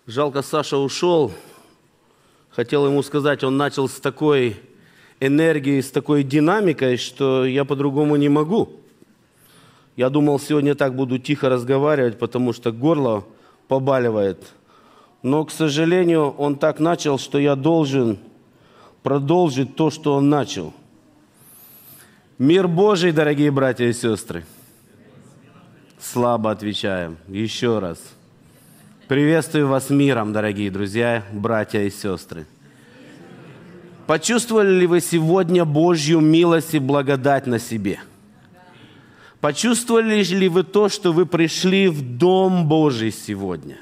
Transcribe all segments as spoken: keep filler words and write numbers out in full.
Жалко, Саша ушел. Хотел ему сказать, он начал с такой энергией, с такой динамикой, что я по-другому не могу. Я думал, сегодня так буду тихо разговаривать, потому что горло побаливает. Но, к сожалению, он так начал, что я должен продолжить то, что он начал. Мир Божий, дорогие братья и сестры. Слабо отвечаем. Еще раз. Приветствую вас миром, дорогие друзья, братья и сестры. Почувствовали ли вы сегодня Божью милость и благодать на себе? Почувствовали ли вы то, что вы пришли в Дом Божий сегодня?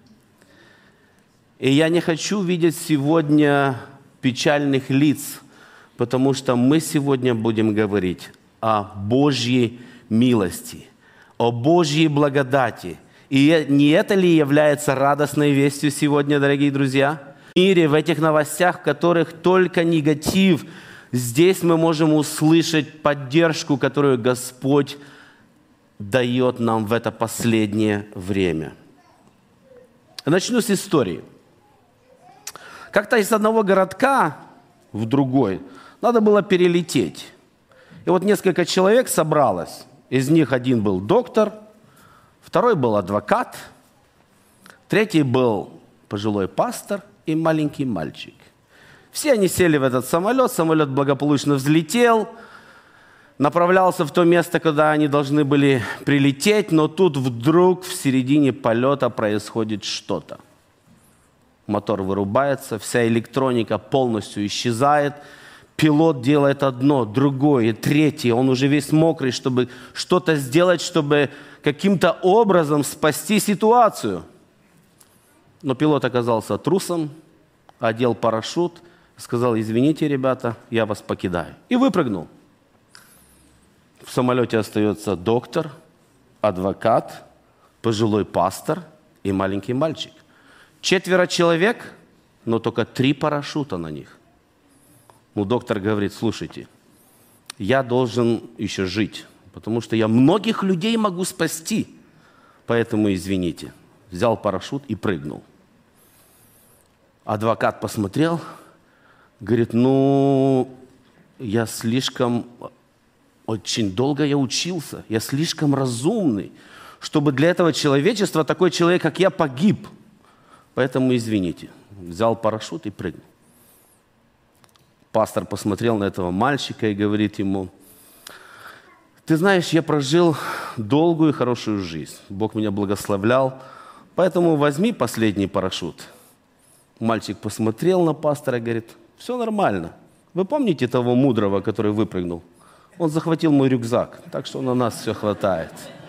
И я не хочу видеть сегодня печальных лиц, потому что мы сегодня будем говорить о Божьей милости, о Божьей благодати. И не это ли является радостной вестью сегодня, дорогие друзья? В мире, в этих новостях, в которых только негатив, здесь мы можем услышать поддержку, которую Господь дает нам в это последнее время. Начну с истории. Как-то из одного городка в другой надо было перелететь. И вот несколько человек собралось. Из них один был доктор, второй был адвокат, третий был пожилой пастор и маленький мальчик. Все они сели в этот самолет, самолет благополучно взлетел, направлялся в то место, куда они должны были прилететь, но тут вдруг в середине полета происходит что-то. Мотор вырубается, вся электроника полностью исчезает, пилот делает одно, другое, третье, он уже весь мокрый, чтобы что-то сделать, чтобы каким-то образом спасти ситуацию. Но пилот оказался трусом, одел парашют, сказал: извините, ребята, я вас покидаю. И выпрыгнул. В самолете остается доктор, адвокат, пожилой пастор и маленький мальчик. Четверо человек, но только три парашюта на них. Ну, доктор говорит: слушайте, я должен еще жить, потому что я многих людей могу спасти, поэтому извините. Взял парашют и прыгнул. Адвокат посмотрел, говорит: ну, я слишком, очень долго я учился, я слишком разумный, чтобы для этого человечества такой человек, как я, погиб. Поэтому извините. Взял парашют и прыгнул. Пастор посмотрел на этого мальчика и говорит ему: ты знаешь, я прожил долгую и хорошую жизнь. Бог меня благословлял, поэтому возьми последний парашют. Мальчик посмотрел на пастора и говорит: все нормально. Вы помните того мудрого, который выпрыгнул? Он захватил мой рюкзак, так что на нас все хватает.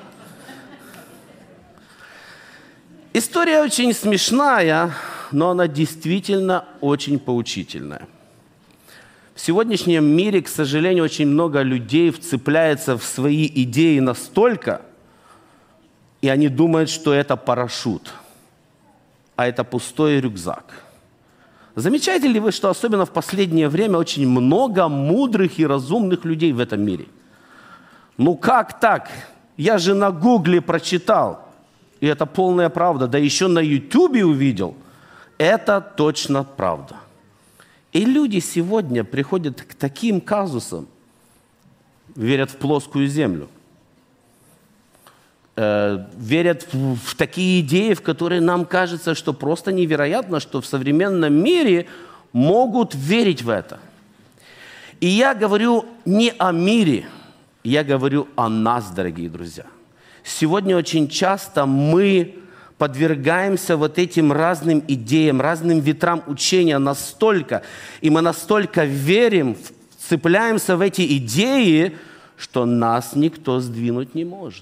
История очень смешная, но она действительно очень поучительная. В сегодняшнем мире, к сожалению, очень много людей вцепляется в свои идеи настолько, и они думают, что это парашют, а это пустой рюкзак. Замечаете ли вы, что особенно в последнее время очень много мудрых и разумных людей в этом мире? Ну как так? Я же на Гугле прочитал. И это полная правда. Да еще на Ютубе увидел. Это точно правда. И люди сегодня приходят к таким казусам, верят в плоскую землю, э, верят в, в такие идеи, в которые нам кажется, что просто невероятно, что в современном мире могут верить в это. И я говорю не о мире, я говорю о нас, дорогие друзья. Сегодня очень часто мы подвергаемся вот этим разным идеям, разным ветрам учения настолько, и мы настолько верим, цепляемся в эти идеи, что нас никто сдвинуть не может.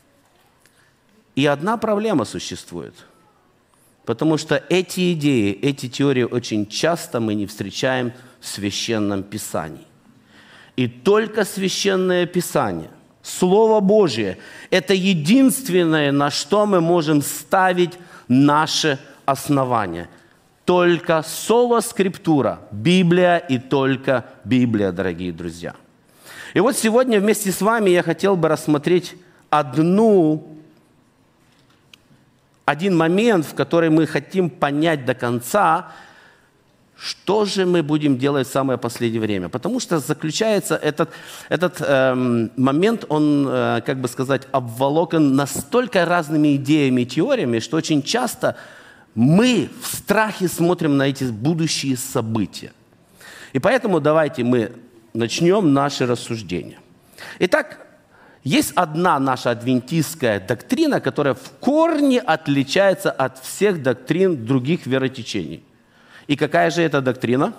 И одна проблема существует, потому что эти идеи, эти теории очень часто мы не встречаем в Священном Писании. И только Священное Писание, Слово Божие – это единственное, на что мы можем ставить наше основание. Только соло скриптура, Библия и только Библия, дорогие друзья. И вот сегодня вместе с вами я хотел бы рассмотреть одну один момент, в который мы хотим понять до конца, что же мы будем делать в самое последнее время. Потому что заключается этот, этот эм, момент, он, э, как бы сказать, обволокан настолько разными идеями и теориями, что очень часто мы в страхе смотрим на эти будущие события. И поэтому давайте мы начнем наши рассуждения. Итак, есть одна наша адвентистская доктрина, которая в корне отличается от всех доктрин других веротечений. И какая же это доктрина?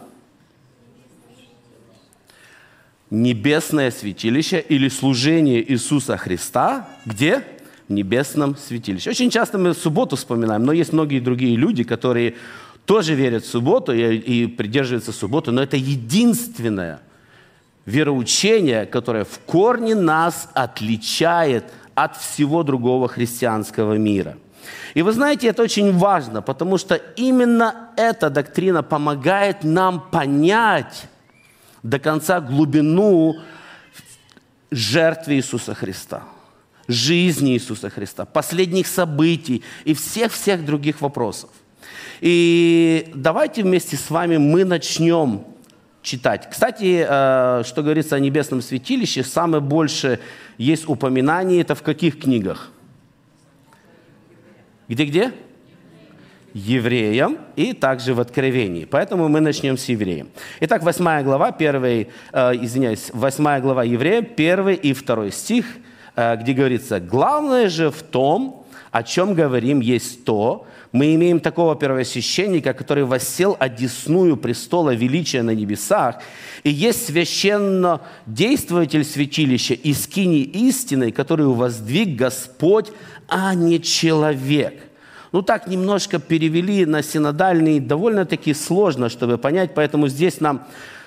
Небесное святилище или служение Иисуса Христа. Где? В небесном святилище. Очень часто мы субботу вспоминаем, но есть многие другие люди, которые тоже верят в субботу и, и придерживаются субботы, но это единственное вероучение, которое в корне нас отличает от всего другого христианского мира. И вы знаете, это очень важно, потому что именно эта доктрина помогает нам понять до конца глубину жертвы Иисуса Христа, жизни Иисуса Христа, последних событий и всех-всех других вопросов. И давайте вместе с вами мы начнем читать. Кстати, что говорится о небесном святилище, самое большее есть упоминание, это в каких книгах? Где-где? Евреям и также в Откровении. Поэтому мы начнем с Евреем. Итак, восьмая глава, первый, э, извиняюсь, восьмая глава Евреям, первый и второй стих, э, где говорится: «Главное же в том, о чем говорим, есть то, мы имеем такого первосвященника, который воссел одесную престола величия на небесах, и есть священнодействователь святилища и скинии истины, которую воздвиг Господь, а не человек». Ну, так немножко перевели на синодальный, довольно-таки сложно, чтобы понять, поэтому здесь нам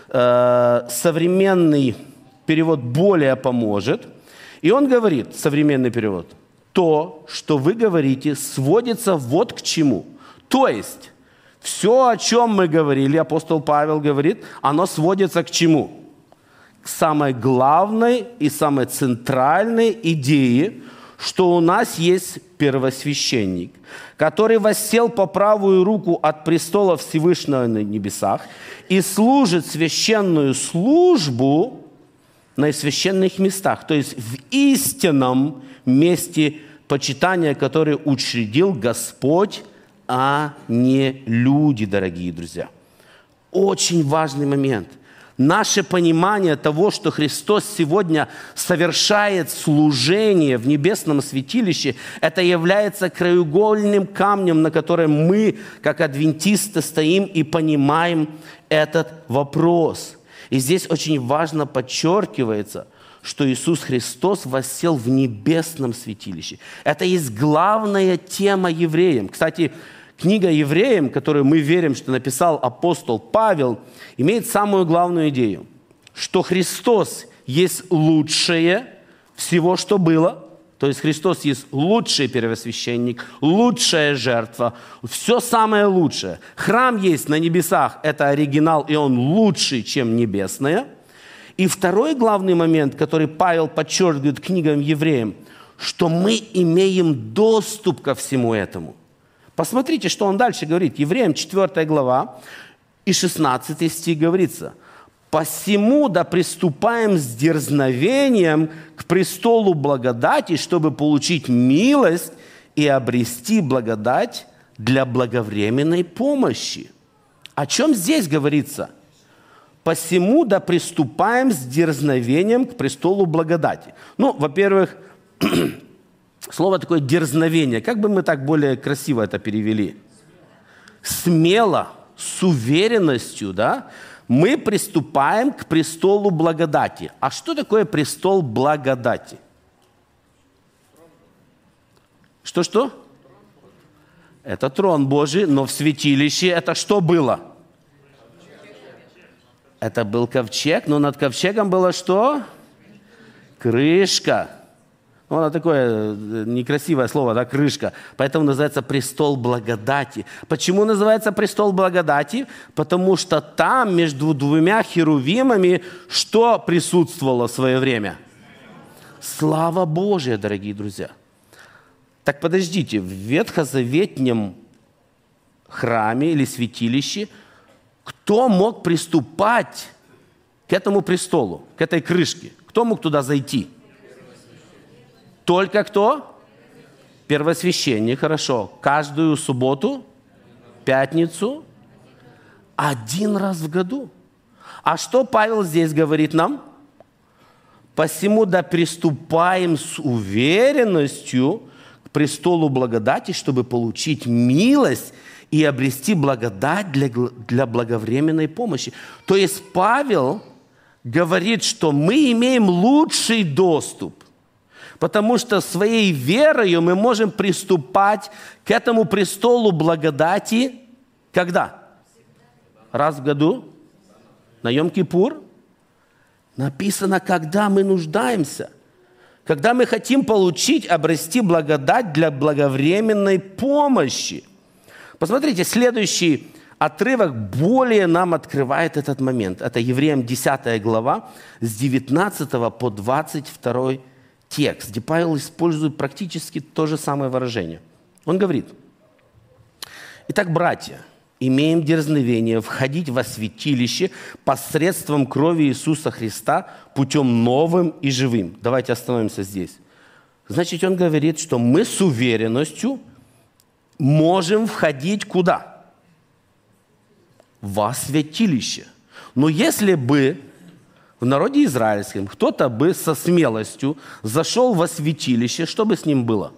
э, современный перевод более поможет. И он говорит, современный перевод: «То, что вы говорите, сводится вот к чему». То есть, все, о чем мы говорили, апостол Павел говорит, оно сводится к чему? К самой главной и самой центральной идее, что у нас есть первосвященник, который воссел по правую руку от престола Всевышнего на небесах и служит священную службу на священных местах, то есть в истинном месте почитания, которое учредил Господь, а не люди, дорогие друзья. Очень важный момент. Наше понимание того, что Христос сегодня совершает служение в небесном святилище, это является краеугольным камнем, на котором мы, как адвентисты, стоим и понимаем этот вопрос. И здесь очень важно подчеркивается, что Иисус Христос воссел в небесном святилище. Это есть главная тема евреям. Кстати, книга Евреям, которую мы верим, что написал апостол Павел, имеет самую главную идею, что Христос есть лучшее всего, что было. То есть Христос есть лучший первосвященник, лучшая жертва, все самое лучшее. Храм есть на небесах, это оригинал, и он лучше, чем небесное. И второй главный момент, который Павел подчеркивает книгам Евреям, что мы имеем доступ ко всему этому. Посмотрите, что он дальше говорит. Евреям четвёртая глава и шестнадцатый стих говорится: «Посему да приступаем с дерзновением к престолу благодати, чтобы получить милость и обрести благодать для благовременной помощи». О чем здесь говорится? «Посему да приступаем с дерзновением к престолу благодати». Ну, во-первых, слово такое «дерзновение». Как бы мы так более красиво это перевели? Смело, с уверенностью, да? Мы приступаем к престолу благодати. А что такое престол благодати? Что-что? Это трон Божий, но в святилище это что было? Это был ковчег, но над ковчегом было что? Крышка. Ну, это такое некрасивое слово, да, крышка. Поэтому называется престол благодати. Почему называется престол благодати? Потому что там между двумя херувимами что присутствовало в свое время? Слава Божия, дорогие друзья. Так подождите, в ветхозаветнем храме или святилище кто мог приступать к этому престолу, к этой крышке? Кто мог туда зайти? Только кто? Первосвященник, хорошо. Каждую субботу, пятницу, один раз в году. А что Павел здесь говорит нам? «Посему да приступаем с уверенностью к престолу благодати, чтобы получить милость и обрести благодать для, для благовременной помощи». То есть Павел говорит, что мы имеем лучший доступ, потому что своей верою мы можем приступать к этому престолу благодати когда? Раз в году? На Йом-Кипур? Написано, когда мы нуждаемся, когда мы хотим получить, обрести благодать для благовременной помощи. Посмотрите, следующий отрывок более нам открывает этот момент. Это Евреям десятая глава, с девятнадцатого по двадцать второй текст, где Павел использует практически то же самое выражение. Он говорит: «Итак, братья, имеем дерзновение входить во святилище посредством крови Иисуса Христа путем новым и живым». Давайте остановимся здесь. Значит, он говорит, что мы с уверенностью можем входить куда? Во святилище. Но если бы в народе израильском кто-то бы со смелостью зашел во святилище, что бы с ним было?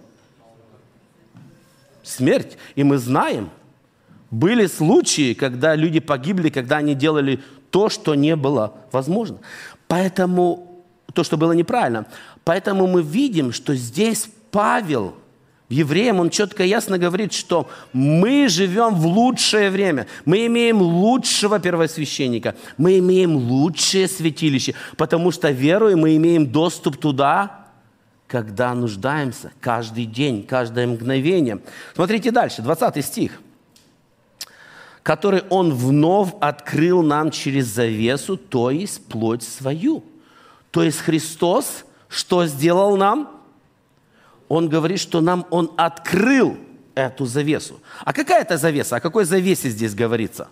Смерть. И мы знаем, были случаи, когда люди погибли, когда они делали то, что не было возможно. Поэтому, то, что было неправильно. Поэтому мы видим, что здесь Павел, в Евреям, он четко и ясно говорит, что мы живем в лучшее время. Мы имеем лучшего первосвященника. Мы имеем лучшее святилище, потому что верой мы имеем доступ туда, когда нуждаемся, каждый день, каждое мгновение. Смотрите дальше, двадцатый стих. «Который Он вновь открыл нам через завесу, то есть плоть свою». То есть Христос что сделал нам? Он говорит, что нам Он открыл эту завесу. А какая это завеса? О какой завесе здесь говорится?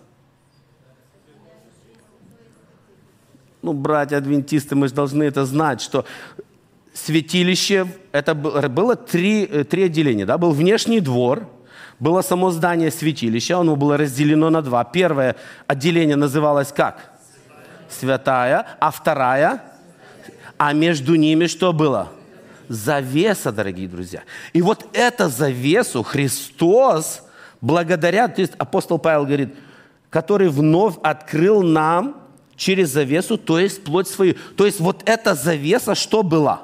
Ну, братья-адвентисты, мы же должны это знать, что святилище, это было три, три отделения. Да? Был внешний двор, было само здание святилища, оно было разделено на два. Первое отделение называлось как? Святая. А вторая? А между ними что было? Завеса, дорогие друзья. И вот эту завесу Христос, благодаря, то есть апостол Павел говорит, который вновь открыл нам через завесу, то есть плоть свою. То есть вот эта завеса что была?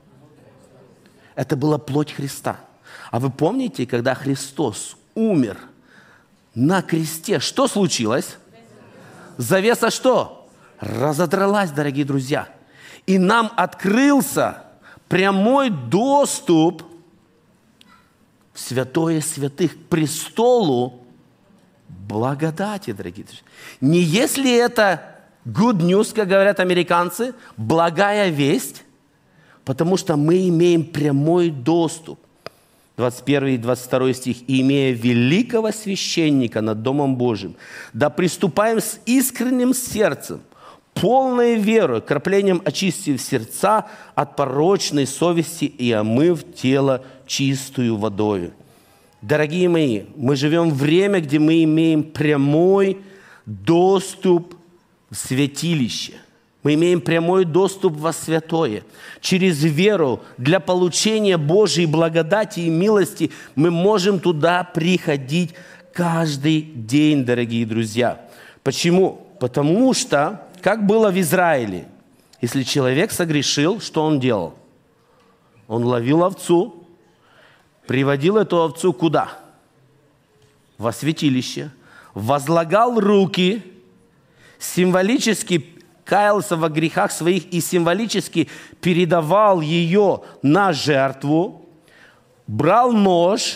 Это была плоть Христа. А вы помните, когда Христос умер на кресте, что случилось? Завеса что? Разодралась, дорогие друзья. И нам открылся прямой доступ в святое святых, к престолу благодати, дорогие друзья. Не если это good news, как говорят американцы, благая весть, потому что мы имеем прямой доступ. двадцать первый и двадцать второй стих. «И имея великого священника над Домом Божиим, да приступаем с искренним сердцем, полной верой, краплением очистив сердца от порочной совести и омыв тело чистую водою». Дорогие мои, мы живем в время, где мы имеем прямой доступ в святилище. Мы имеем прямой доступ во святое. Через веру для получения Божьей благодати и милости мы можем туда приходить каждый день, дорогие друзья. Почему? Потому что, как было в Израиле, если человек согрешил, что он делал? Он ловил овцу, приводил эту овцу куда? Во святилище, возлагал руки, символически каялся во грехах своих и символически передавал ее на жертву, брал нож,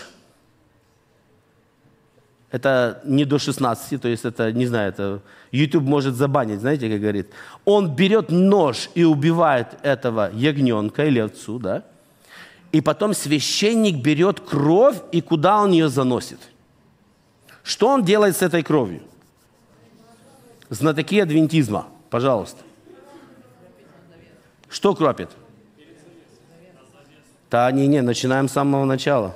это не до шестнадцати, то есть это, не знаю, это YouTube может забанить, знаете, как говорит. Он берет нож и убивает этого ягненка или овцу, да, И потом священник берет кровь, и куда он ее заносит? Что он делает с этой кровью? Знатоки адвентизма, пожалуйста. Что кропит? Да, не, не, начинаем с самого начала.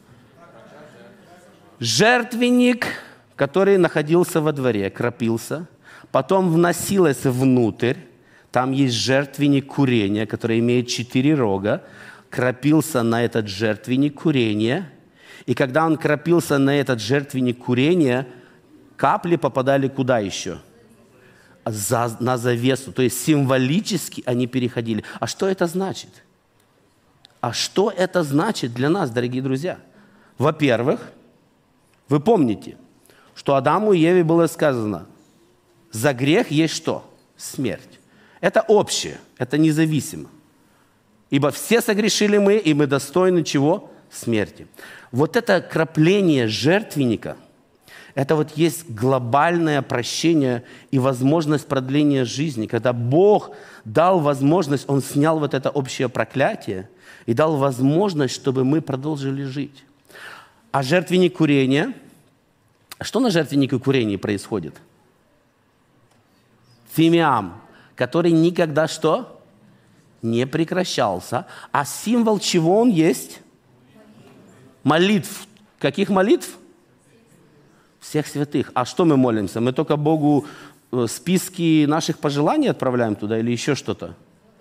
Жертвенник, который находился во дворе, кропился, потом вносилось внутрь, там есть жертвенник курения, который имеет четыре рога, кропился на этот жертвенник курения, и когда он кропился на этот жертвенник курения, капли попадали куда еще? За, на завесу, то есть символически они переходили. А что это значит? А что это значит для нас, дорогие друзья? Во-первых, вы помните, что Адаму и Еве было сказано, за грех есть что? Смерть. Это общее, это независимо. Ибо все согрешили мы, и мы достойны чего? Смерти. Вот это крапление жертвенника, это вот есть глобальное прощение и возможность продления жизни. Когда Бог дал возможность, Он снял вот это общее проклятие и дал возможность, чтобы мы продолжили жить. А жертвенник курения, что на жертвеннике курения происходит? Фимиам, который никогда что? Не прекращался. А символ чего он есть? Молитв. Каких молитв? Всех святых. А что мы молимся? Мы только Богу списки наших пожеланий отправляем туда или еще что-то?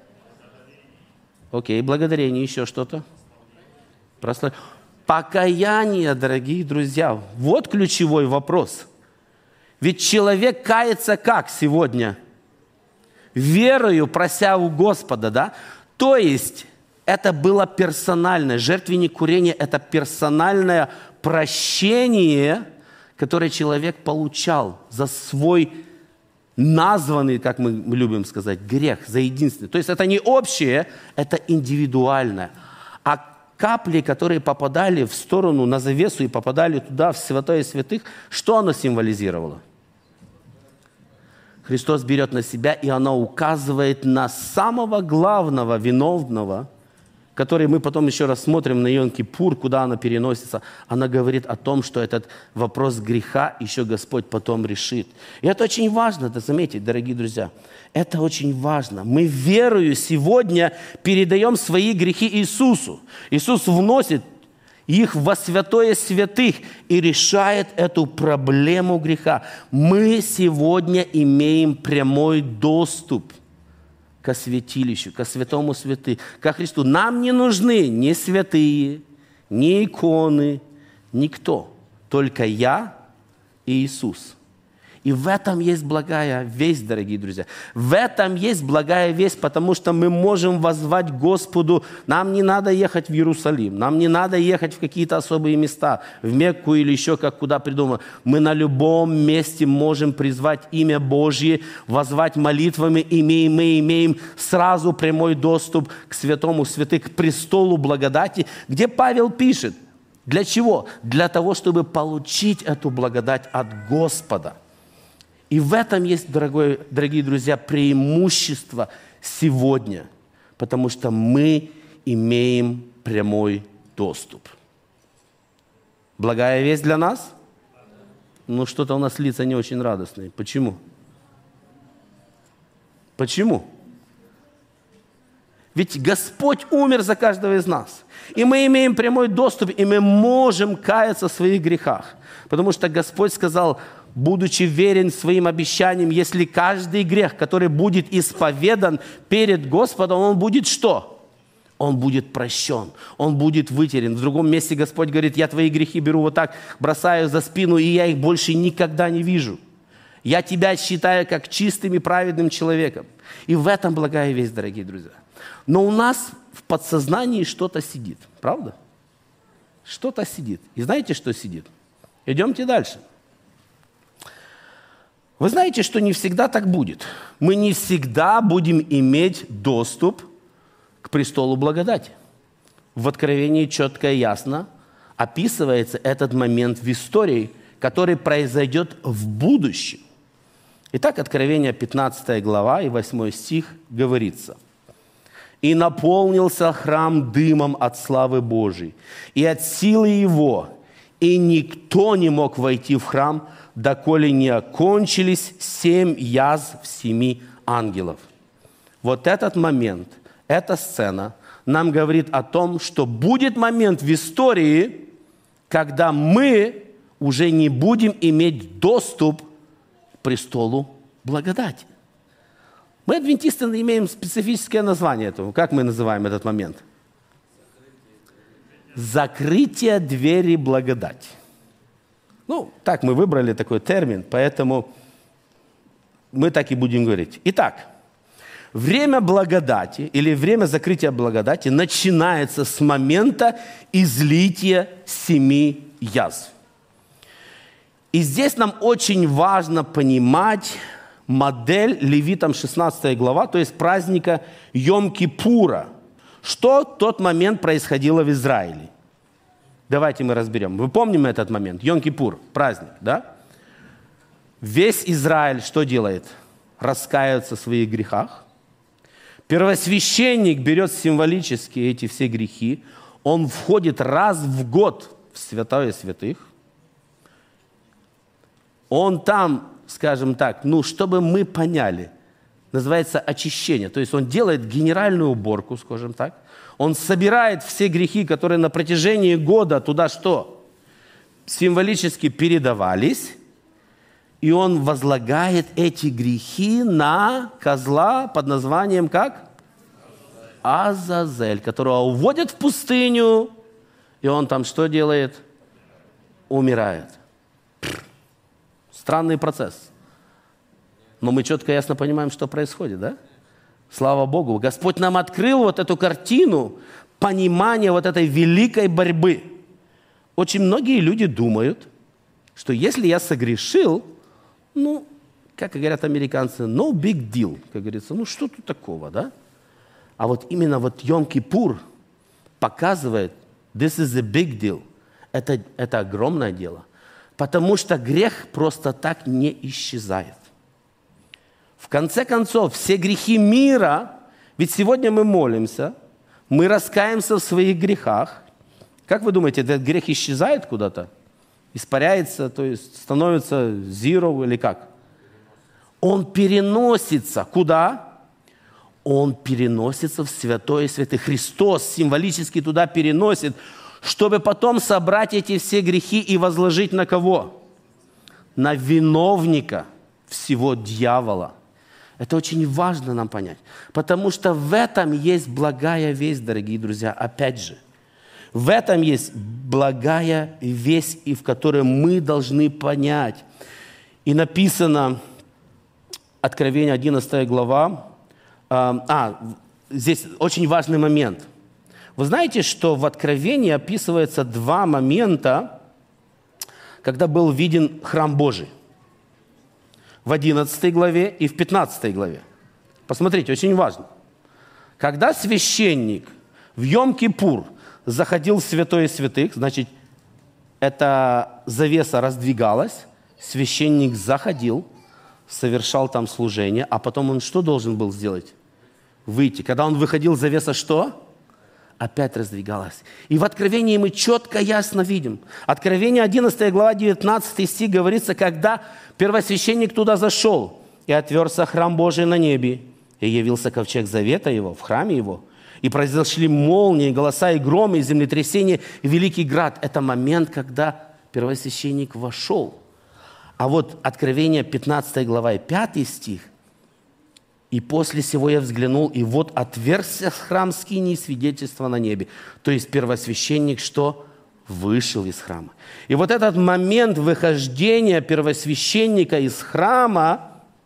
Окей, благодарение, еще что-то? Просто покаяние, дорогие друзья. Вот ключевой вопрос. Ведь человек кается как сегодня? Верою, прося у Господа, да? То есть это было персональное. Жертвенник курения – это персональное прощение, которое человек получал за свой названный, как мы любим сказать, грех, за единственный. То есть это не общее, это индивидуальное. А капли, которые попадали в сторону, на завесу и попадали туда, в святое святых, что оно символизировало? Христос берет на себя, и она указывает на самого главного виновного, который мы потом еще раз смотрим на Йом-Кипур, куда она переносится. Она говорит о том, что этот вопрос греха еще Господь потом решит. И это очень важно, это заметить, дорогие друзья. Это очень важно. Мы верою сегодня передаем свои грехи Иисусу. Иисус вносит их во святое святых и решает эту проблему греха. Мы сегодня имеем прямой доступ ко святилищу, ко святому святых, ко Христу. Нам не нужны ни святые, ни иконы, никто. Только я и Иисус. И в этом есть благая весть, дорогие друзья. В этом есть благая весть, потому что мы можем воззвать к Господу. Нам не надо ехать в Иерусалим, нам не надо ехать в какие-то особые места, в Мекку или еще как куда придумано. Мы на любом месте можем призвать имя Божье, воззвать молитвами, и мы имеем сразу прямой доступ к святому святых, к престолу благодати, где Павел пишет. Для чего? Для того, чтобы получить эту благодать от Господа. И в этом есть, дорогой, дорогие друзья, преимущество сегодня, потому что мы имеем прямой доступ. Благая весть для нас? Ну, что-то у нас лица не очень радостные. Почему? Почему? Ведь Господь умер за каждого из нас. И мы имеем прямой доступ, и мы можем каяться в своих грехах. Потому что Господь сказал, будучи верен своим обещаниям, если каждый грех, который будет исповедан перед Господом, он будет что? Он будет прощен, он будет вытерян. В другом месте Господь говорит, я твои грехи беру вот так, бросаю за спину, и я их больше никогда не вижу. Я тебя считаю как чистым и праведным человеком. И в этом благая весть, дорогие друзья. Но у нас в подсознании что-то сидит, правда? Что-то сидит. И знаете, что сидит? Идемте дальше. Вы знаете, что не всегда так будет. Мы не всегда будем иметь доступ к престолу благодати. В Откровении четко и ясно описывается этот момент в истории, который произойдет в будущем. Итак, Откровение пятнадцатая глава и восьмой стих говорится. и наполнился храм дымом от славы Божией и от силы Его, и никто не мог войти в храм, доколе не окончились семь язв семи ангелов». Вот этот момент, эта сцена нам говорит о том, что будет момент в истории, когда мы уже не будем иметь доступ к престолу благодати. Мы, адвентисты, имеем специфическое название этого. Как мы называем этот момент? Закрытие двери благодати. Ну, так мы выбрали такой термин, поэтому мы так и будем говорить. Итак, время благодати или время закрытия благодати начинается с момента излития семи язв. И здесь нам очень важно понимать модель Левитам шестнадцатая глава, то есть праздника Йом-Кипура. Что в тот момент происходило в Израиле? Давайте мы разберем. Вы помним этот момент? Йом-Кипур, праздник, да? Весь Израиль что делает? Раскаивается в своих грехах. Первосвященник берет символически эти все грехи. Он входит раз в год в святое святых. Он там, скажем так, ну, чтобы мы поняли, называется очищение. То есть он делает генеральную уборку, скажем так. Он собирает все грехи, которые на протяжении года туда что? Символически передавались. И он возлагает эти грехи на козла под названием как? Азазель, которого уводят в пустыню. И он там что делает? Умирает. Странный процесс. Но мы четко и ясно понимаем, что происходит, да? Слава Богу. Господь нам открыл вот эту картину понимания вот этой великой борьбы. Очень многие люди думают, что если я согрешил, ну, как говорят американцы, no big deal, как говорится, ну что тут такого, да? А вот именно вот Йом-Кипур показывает, this is a big deal. Это, это огромное дело. Потому что грех просто так не исчезает. В конце концов, все грехи мира, ведь сегодня мы молимся, мы раскаемся в своих грехах. Как вы думаете, этот грех исчезает куда-то? Испаряется, то есть становится zero или как? Он переносится. Куда? Он переносится в святое святых. Христос символически туда переносит, чтобы потом собрать эти все грехи и возложить на кого? На виновника всего дьявола. Это очень важно нам понять, потому что в этом есть благая весть, дорогие друзья, опять же. В этом есть благая весть, и в которой мы должны понять. И написано, Откровение одиннадцатая глава, а, а, здесь очень важный момент. Вы знаете, что в Откровении описывается два момента, когда был виден храм Божий. В одиннадцатой главе и в пятнадцатой главе. Посмотрите, очень важно. Когда священник в Йом-Кипур заходил в святое святых, значит, эта завеса раздвигалась, священник заходил, совершал там служение, а потом он что должен был сделать? Выйти. Когда он выходил, завеса что? Опять раздвигалась. И в Откровении мы четко, ясно видим. Откровение одиннадцатая глава, девятнадцатый стих говорится, когда первосвященник туда зашел, и отверзся храм Божий на небе, и явился ковчег завета его в храме его, и произошли молнии, голоса и громы, и землетрясения, и великий град. Это момент, когда первосвященник вошел. А вот Откровение пятнадцатая глава и пятый стих. «И после сего я взглянул, и вот отверзся храм скинии свидетельства на небе». То есть первосвященник что? Вышел из храма. И вот этот момент выхождения первосвященника из храма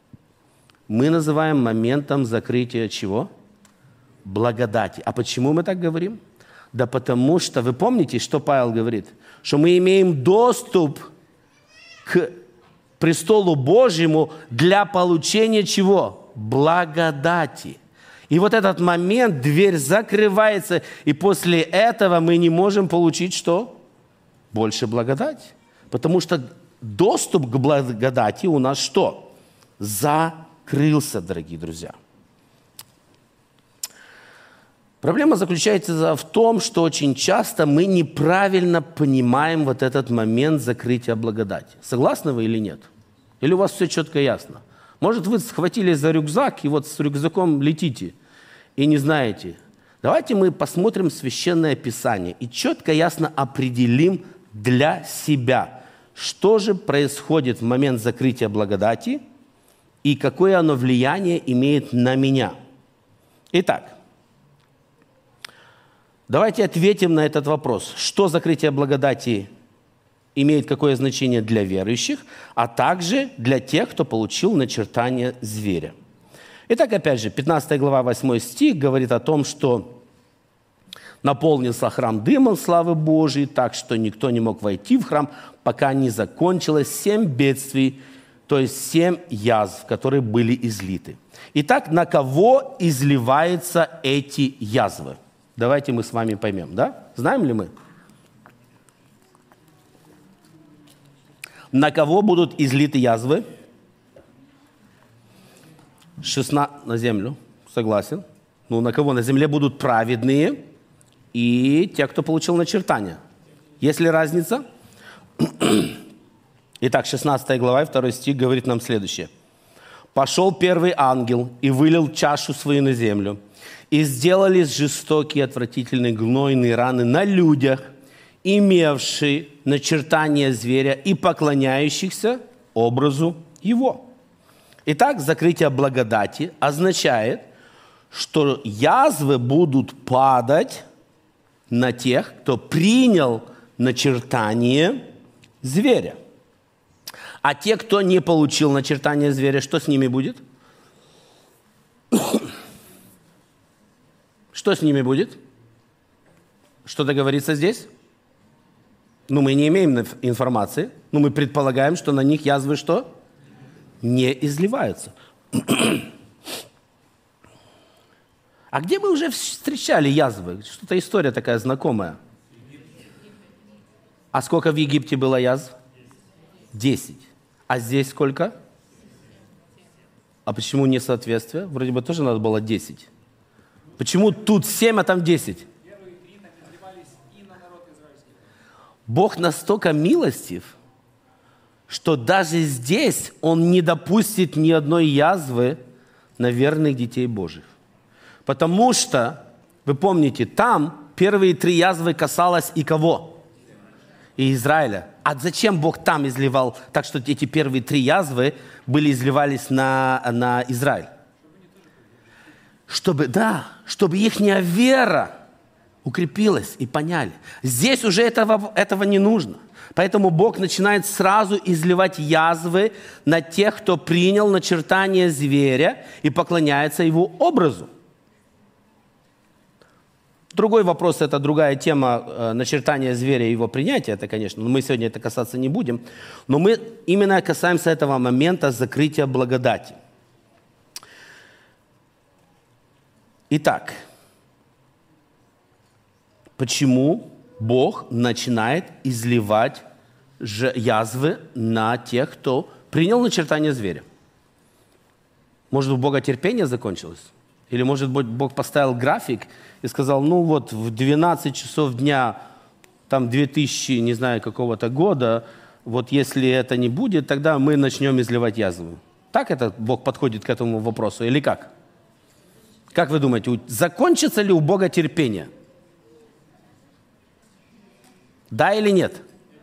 мы называем моментом закрытия чего? Благодати. А почему мы так говорим? Да потому что, вы помните, что Павел говорит? Что мы имеем доступ к престолу Божьему для получения чего? Благодати. И вот этот момент, дверь закрывается, и после этого мы не можем получить что? Больше благодати. Потому что доступ к благодати у нас что? Закрылся, дорогие друзья. Проблема заключается в том, что очень часто мы неправильно понимаем вот этот момент закрытия благодати. Согласны вы или нет? Или у вас все четко ясно? Может, вы схватились за рюкзак и вот с рюкзаком летите и не знаете. Давайте мы посмотрим Священное Писание и четко, ясно определим для себя, что же происходит в момент закрытия благодати и какое оно влияние имеет на меня. Итак, давайте ответим на этот вопрос. Что закрытие благодати имеет какое значение для верующих, а также для тех, кто получил начертание зверя. Итак, опять же, пятнадцатая глава, восьмой стих говорит о том, что наполнился храм дымом славы Божией, так что никто не мог войти в храм, пока не закончилось семь бедствий, то есть семь язв, которые были излиты. Итак, на кого изливаются эти язвы? Давайте мы с вами поймем, да? Знаем ли мы? На кого будут излиты язвы? шестнадцать на землю, согласен. Ну, на кого? На земле будут праведные и те, кто получил начертание. Есть ли разница? Итак, шестнадцатая глава, второй стих говорит нам следующее. «Пошел первый ангел и вылил чашу свою на землю, и сделались жестокие, отвратительные, гнойные раны на людях, имевшие начертание зверя и поклоняющихся образу его». Итак, закрытие благодати означает, что язвы будут падать на тех, кто принял начертание зверя. А те, кто не получил начертание зверя, что с ними будет? Что с ними будет? Что-то говорится здесь? Ну, мы не имеем информации, но мы предполагаем, что на них язвы что? Не изливаются. А где мы уже встречали язвы? Что-то история такая знакомая. А сколько в Египте было язв? Десять. А здесь сколько? А почему несоответствие? Вроде бы тоже надо было десять. Почему тут семь, а там десять? Бог настолько милостив, что даже здесь Он не допустит ни одной язвы на верных детей Божьих. Потому что, вы помните, там первые три язвы касалось и кого? И Израиля. А зачем Бог там изливал, так что эти первые три язвы были изливались на, на Израиль? Чтобы, да, чтобы их вера укрепилась и поняли. Здесь уже этого, этого не нужно. Поэтому Бог начинает сразу изливать язвы на тех, кто принял начертание зверя и поклоняется его образу. Другой вопрос, это другая тема э, начертания зверя и его принятия, это, конечно, но мы сегодня это касаться не будем. Но мы именно касаемся этого момента закрытия благодати. Итак, почему Бог начинает изливать язвы на тех, кто принял начертание зверя? Может, у Бога терпение закончилось? Или, может быть, Бог поставил график и сказал, ну вот в двенадцать часов дня, там две тысячи, не знаю, какого-то года, вот если это не будет, тогда мы начнем изливать язвы. Так это Бог подходит к этому вопросу или как? Как вы думаете, закончится ли у Бога терпение? Да или нет?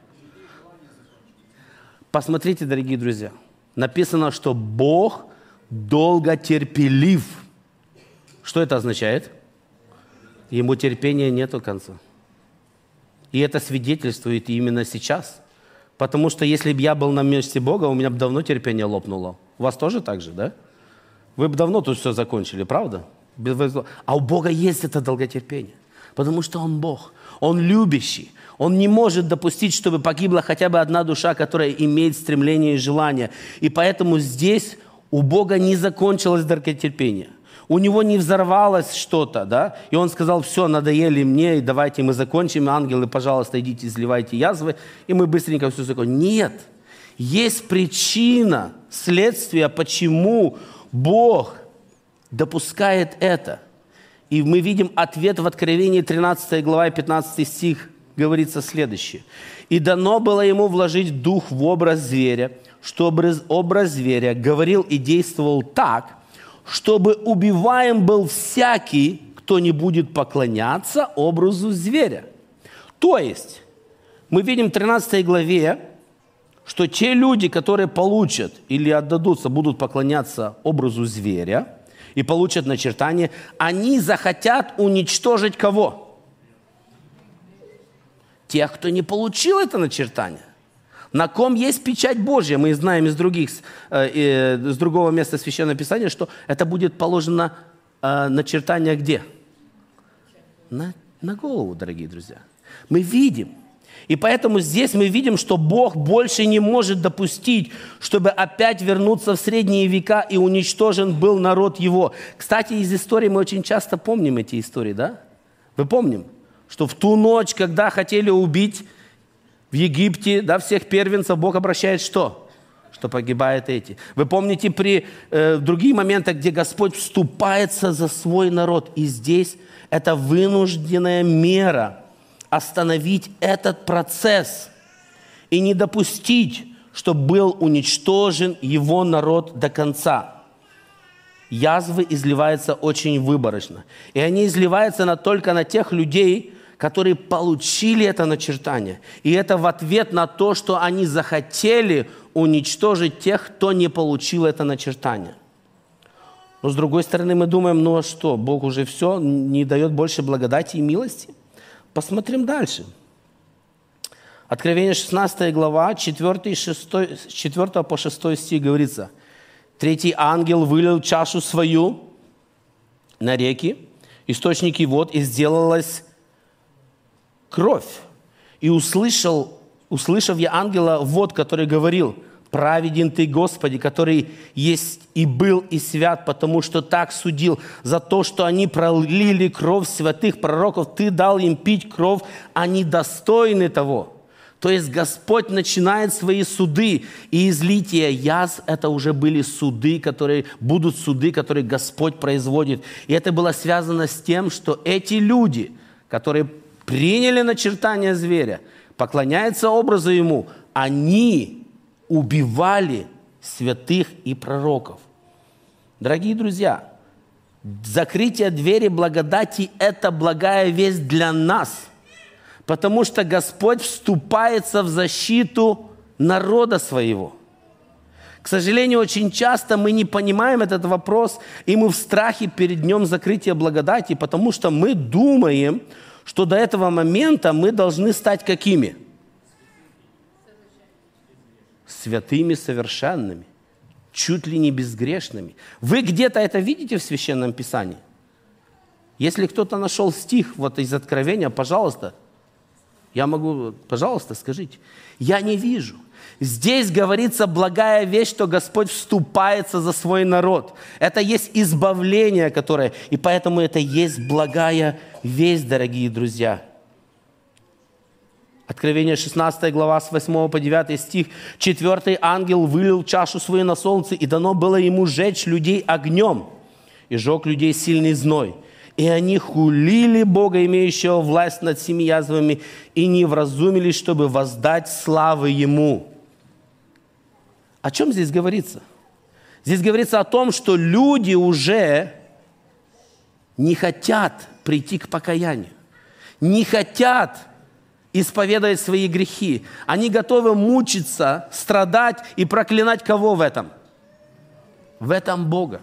Посмотрите, дорогие друзья. Написано, что Бог долготерпелив. Что это означает? Ему терпения нету конца. И это свидетельствует именно сейчас. Потому что если бы я был на месте Бога, у меня бы давно терпение лопнуло. У вас тоже так же, да? Вы бы давно тут все закончили, правда? А у Бога есть это долготерпение. Потому что Он Бог. Он любящий. Он не может допустить, чтобы погибла хотя бы одна душа, которая имеет стремление и желание. И поэтому здесь у Бога не закончилось долготерпение. У него не взорвалось что-то, да? И он сказал, все, надоели мне, и давайте мы закончим. Ангелы, пожалуйста, идите, изливайте язвы, и мы быстренько все закончим. Нет. Есть причина, следствие, почему Бог допускает это. И мы видим ответ в Откровении тринадцатой глава, пятнадцатый стих, говорится следующее. «И дано было ему вложить дух в образ зверя, чтобы образ зверя говорил и действовал так, чтобы убиваем был всякий, кто не будет поклоняться образу зверя». То есть, мы видим в тринадцатой главе, что те люди, которые получат или отдадутся, будут поклоняться образу зверя и получат начертание, они захотят уничтожить кого? Тех, кто не получил это начертание. На ком есть печать Божья? Мы знаем из, других, э, э, из другого места Священного Писания, что это будет положено э, начертание где? На, на голову, дорогие друзья. Мы видим. И поэтому здесь мы видим, что Бог больше не может допустить, чтобы опять вернуться в средние века и уничтожен был народ его. Кстати, из истории мы очень часто помним эти истории, да? Вы помним, что в ту ночь, когда хотели убить в Египте, да, всех первенцев, Бог обращает что? Что погибают эти. Вы помните при э, другие моменты, где Господь вступается за свой народ. И здесь это вынужденная мера остановить этот процесс и не допустить, чтобы был уничтожен его народ до конца. Язвы изливаются очень выборочно. И они изливаются на, только на тех людей, которые получили это начертание. И это в ответ на то, что они захотели уничтожить тех, кто не получил это начертание. Но с другой стороны мы думаем, ну а что, Бог уже все, не дает больше благодати и милости? Посмотрим дальше. Откровение шестнадцатая глава, четвёртый, шестой, с четвёртого по шестой стих говорится. «Третий ангел вылил чашу свою на реки, источники вод, и сделалась кровь. И услышал, услышав я ангела вод, который говорил: праведен ты, Господи, который есть и был, и свят, потому что так судил за то, что они пролили кровь святых пророков. Ты дал им пить кровь, они достойны того». То есть Господь начинает свои суды, и излитие язв – это уже были суды, которые будут суды, которые Господь производит. И это было связано с тем, что эти люди, которые приняли начертание зверя, поклоняются образу ему, они убивали святых и пророков. Дорогие друзья, закрытие двери благодати – это благая весть для нас, потому что Господь вступается в защиту народа своего. К сожалению, очень часто мы не понимаем этот вопрос, и мы в страхе перед днем закрытия благодати, потому что мы думаем, что до этого момента мы должны стать какими? Святыми, совершенными, чуть ли не безгрешными. Вы где-то это видите в Священном Писании? Если кто-то нашел стих вот из Откровения, пожалуйста, я могу, пожалуйста, скажите. Я не вижу. Здесь говорится благая вещь, что Господь вступается за свой народ. Это есть избавление, которое, и поэтому это есть благая весть, дорогие друзья. Откровение шестнадцатая глава, с восьмого по девятый стих. «Четвертый ангел вылил чашу свою на солнце, и дано было ему сжечь людей огнем, и сжег людей сильный зной. И они хулили Бога, имеющего власть над семи язвами, и не вразумились, чтобы воздать славы Ему». О чем здесь говорится? Здесь говорится о том, что люди уже не хотят прийти к покаянию, не хотят исповедовать свои грехи. Они готовы мучиться, страдать и проклинать кого в этом? В этом Бога.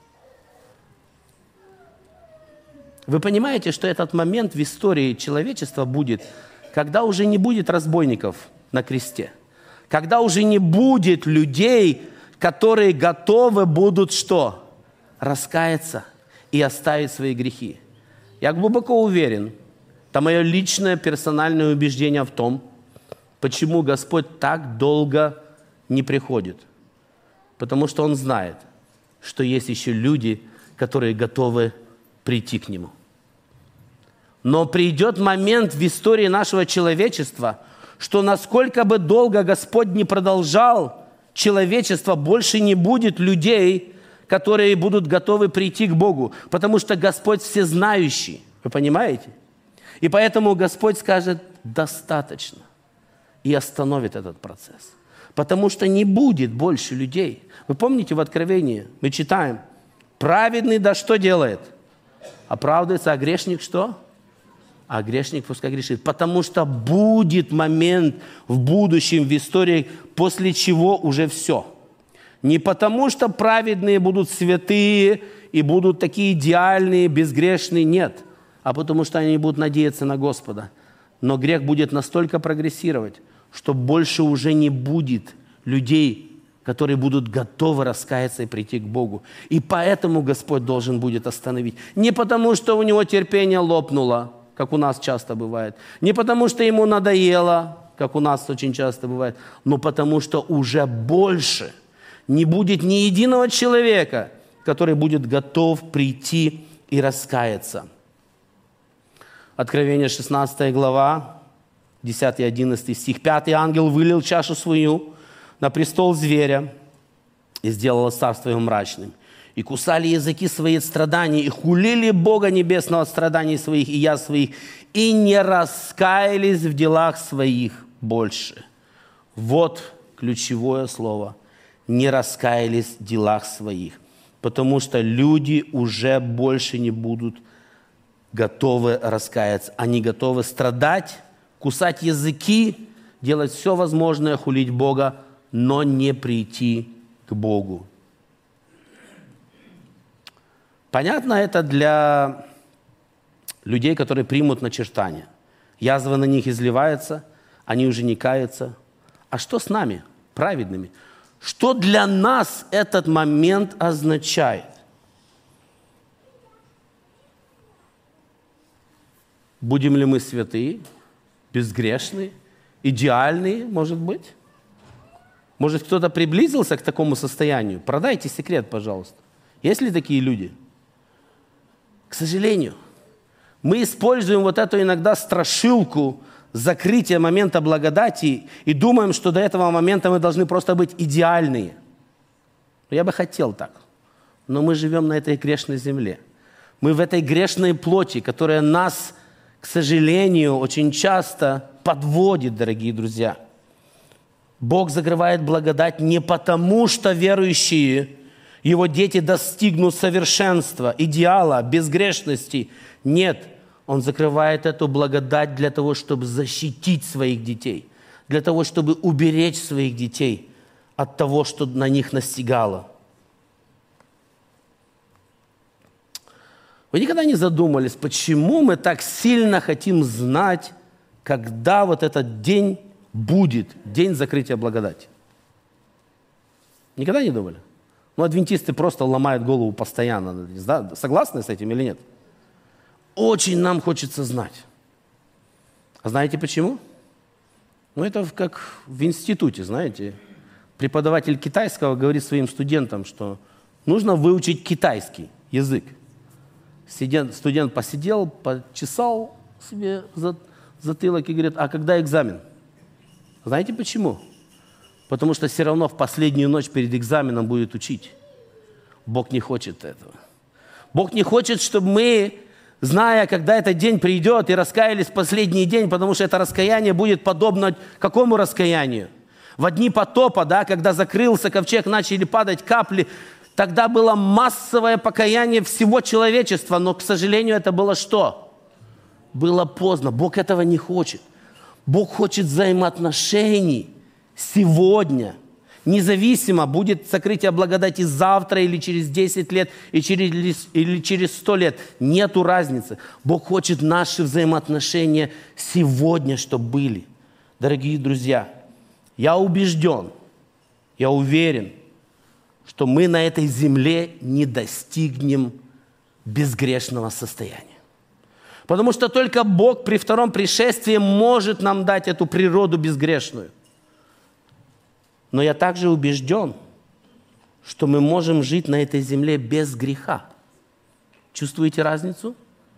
Вы понимаете, что этот момент в истории человечества будет, когда уже не будет разбойников на кресте, когда уже не будет людей, которые готовы будут что? Раскаяться и оставить свои грехи. Я глубоко уверен, это мое личное персональное убеждение в том, почему Господь так долго не приходит. Потому что Он знает, что есть еще люди, которые готовы прийти к Нему. Но придет момент в истории нашего человечества, что насколько бы долго Господь не продолжал, человечество больше не будет людей, которые будут готовы прийти к Богу, потому что Господь всезнающий. Вы понимаете? И поэтому Господь скажет «достаточно» и остановит этот процесс. Потому что не будет больше людей. Вы помните в Откровении, мы читаем, праведный да что делает? Оправдывается, а грешник что? А грешник пускай грешит. Потому что будет момент в будущем, в истории, после чего уже все. Не потому что праведные будут святые и будут такие идеальные, безгрешные, нет. А потому что они будут надеяться на Господа. Но грех будет настолько прогрессировать, что больше уже не будет людей, которые будут готовы раскаяться и прийти к Богу. И поэтому Господь должен будет остановить. Не потому, что у него терпение лопнуло, как у нас часто бывает. Не потому, что ему надоело, как у нас очень часто бывает. Но потому, что уже больше не будет ни единого человека, который будет готов прийти и раскаяться. Откровение шестнадцатая глава, десятый-одиннадцатый стих. «Пятый ангел вылил чашу свою на престол зверя и сделал царство его мрачным. И кусали языки свои от страданий, и хулили Бога Небесного от страданий своих и я своих, и не раскаялись в делах своих больше». Вот ключевое слово. Не раскаялись в делах своих. Потому что люди уже больше не будут готовы раскаяться. Они готовы страдать, кусать языки, делать все возможное, хулить Бога, но не прийти к Богу. Понятно это для людей, которые примут начертание. Язва на них изливается, они уже не каются. А что с нами, праведными? Что для нас этот момент означает? Будем ли мы святые, безгрешные, идеальные, может быть? Может, кто-то приблизился к такому состоянию? Продайте секрет, пожалуйста. Есть ли такие люди? К сожалению, мы используем вот эту иногда страшилку закрытия момента благодати и думаем, что до этого момента мы должны просто быть идеальные. Я бы хотел так. Но мы живем на этой грешной земле. Мы в этой грешной плоти, которая нас, к сожалению, очень часто подводит, дорогие друзья. Бог закрывает благодать не потому, что верующие, его дети достигнут совершенства, идеала, безгрешности. Нет, Он закрывает эту благодать для того, чтобы защитить своих детей, для того, чтобы уберечь своих детей от того, что на них настигало. Вы никогда не задумывались, почему мы так сильно хотим знать, когда вот этот день будет, день закрытия благодати? Никогда не думали? Ну, адвентисты просто ломают голову постоянно. Да? Согласны с этим или нет? Очень нам хочется знать. А знаете почему? Ну, это как в институте, знаете. Преподаватель китайского говорит своим студентам, что нужно выучить китайский язык. Студент, студент посидел, почесал себе затылок и говорит, а когда экзамен? Знаете почему? Потому что все равно в последнюю ночь перед экзаменом будет учить. Бог не хочет этого. Бог не хочет, чтобы мы, зная, когда этот день придет, и раскаялись в последний день, потому что это раскаяние будет подобно какому раскаянию? В дни потопа, да, когда закрылся ковчег, начали падать капли, тогда было массовое покаяние всего человечества, но, к сожалению, это было что? Было поздно. Бог этого не хочет. Бог хочет взаимоотношений сегодня. Независимо, будет сокрытие благодати завтра или через десять лет, и через, или через сто лет. Нету разницы. Бог хочет наши взаимоотношения сегодня, чтобы были. Дорогие друзья, я убежден, я уверен, что мы на этой земле не достигнем безгрешного состояния. Потому что только Бог при втором пришествии может нам дать эту природу безгрешную. Но я также убежден, что мы можем жить на этой земле без греха. Чувствуете разницу?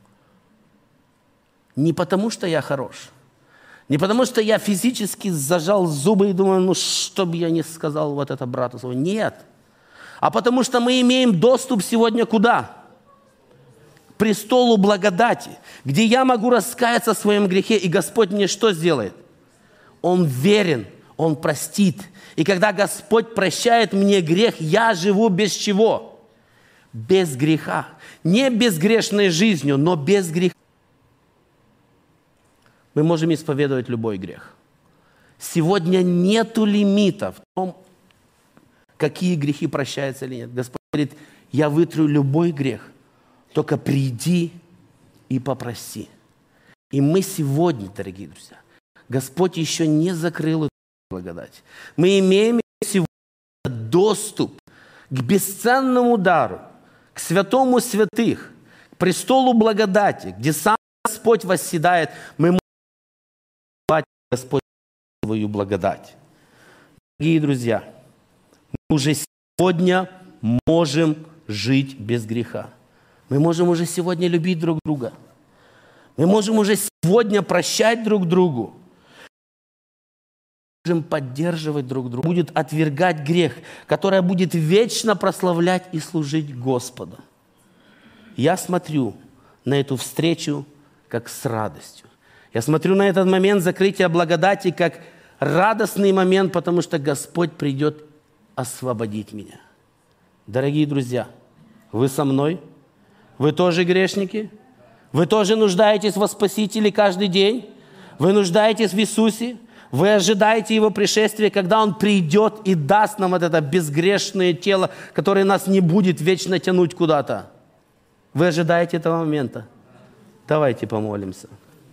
Не потому, что я хорош. Не потому, что я физически зажал зубы и думаю, ну, что бы я не сказал вот это брату своему. Нет. а потому что мы имеем доступ сегодня куда? К престолу благодати, где я могу раскаяться в своем грехе, и Господь мне что сделает? Он верен, Он простит. И когда Господь прощает мне грех, я живу без чего? Без греха. Не безгрешной жизнью, но без греха. Мы можем исповедовать любой грех. Сегодня нету лимита в том, какие грехи прощаются или нет. Господь говорит, я вытру любой грех, только приди и попроси. И мы сегодня, дорогие друзья, Господь еще не закрыл эту благодать. Мы имеем сегодня доступ к бесценному дару, к святому святых, к престолу благодати, где сам Господь восседает. Мы можем давать Господь свою благодать. Дорогие друзья, мы уже сегодня можем жить без греха. Мы можем уже сегодня любить друг друга. Мы можем уже сегодня прощать друг другу. Мы можем поддерживать друг друга. Будет отвергать грех, который будет вечно прославлять и служить Господу. Я смотрю на эту встречу как с радостью. Я смотрю на этот момент закрытия благодати как радостный момент, потому что Господь придет освободить меня. Дорогие друзья, вы со мной? Вы тоже грешники? Вы тоже нуждаетесь во Спасителе каждый день? Вы нуждаетесь в Иисусе? Вы ожидаете Его пришествия, когда Он придет и даст нам вот это безгрешное тело, которое нас не будет вечно тянуть куда-то? Вы ожидаете этого момента? Давайте помолимся.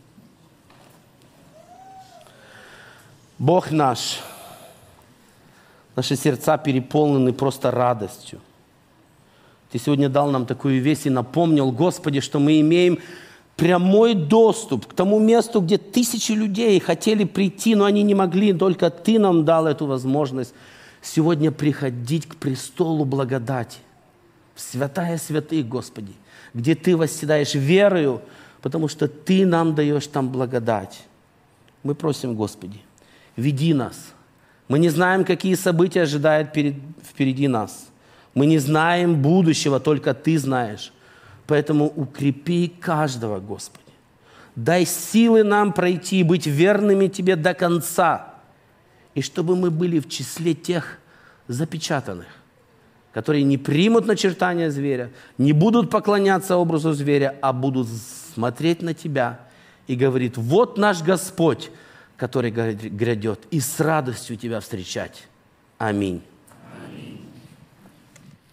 Бог наш, наши сердца переполнены просто радостью. Ты сегодня дал нам такую весть и напомнил, Господи, что мы имеем прямой доступ к тому месту, где тысячи людей хотели прийти, но они не могли, только Ты нам дал эту возможность сегодня приходить к престолу благодати, в святая святых, Господи, где Ты восседаешь верою, потому что Ты нам даешь там благодать. Мы просим, Господи, веди нас. Мы не знаем, какие события ожидают перед, впереди нас. Мы не знаем будущего, только Ты знаешь. Поэтому укрепи каждого, Господи. Дай силы нам пройти, быть верными Тебе до конца. И чтобы мы были в числе тех запечатанных, которые не примут начертания зверя, не будут поклоняться образу зверя, а будут смотреть на Тебя и говорить, вот наш Господь, который грядет, и с радостью Тебя встречать. Аминь.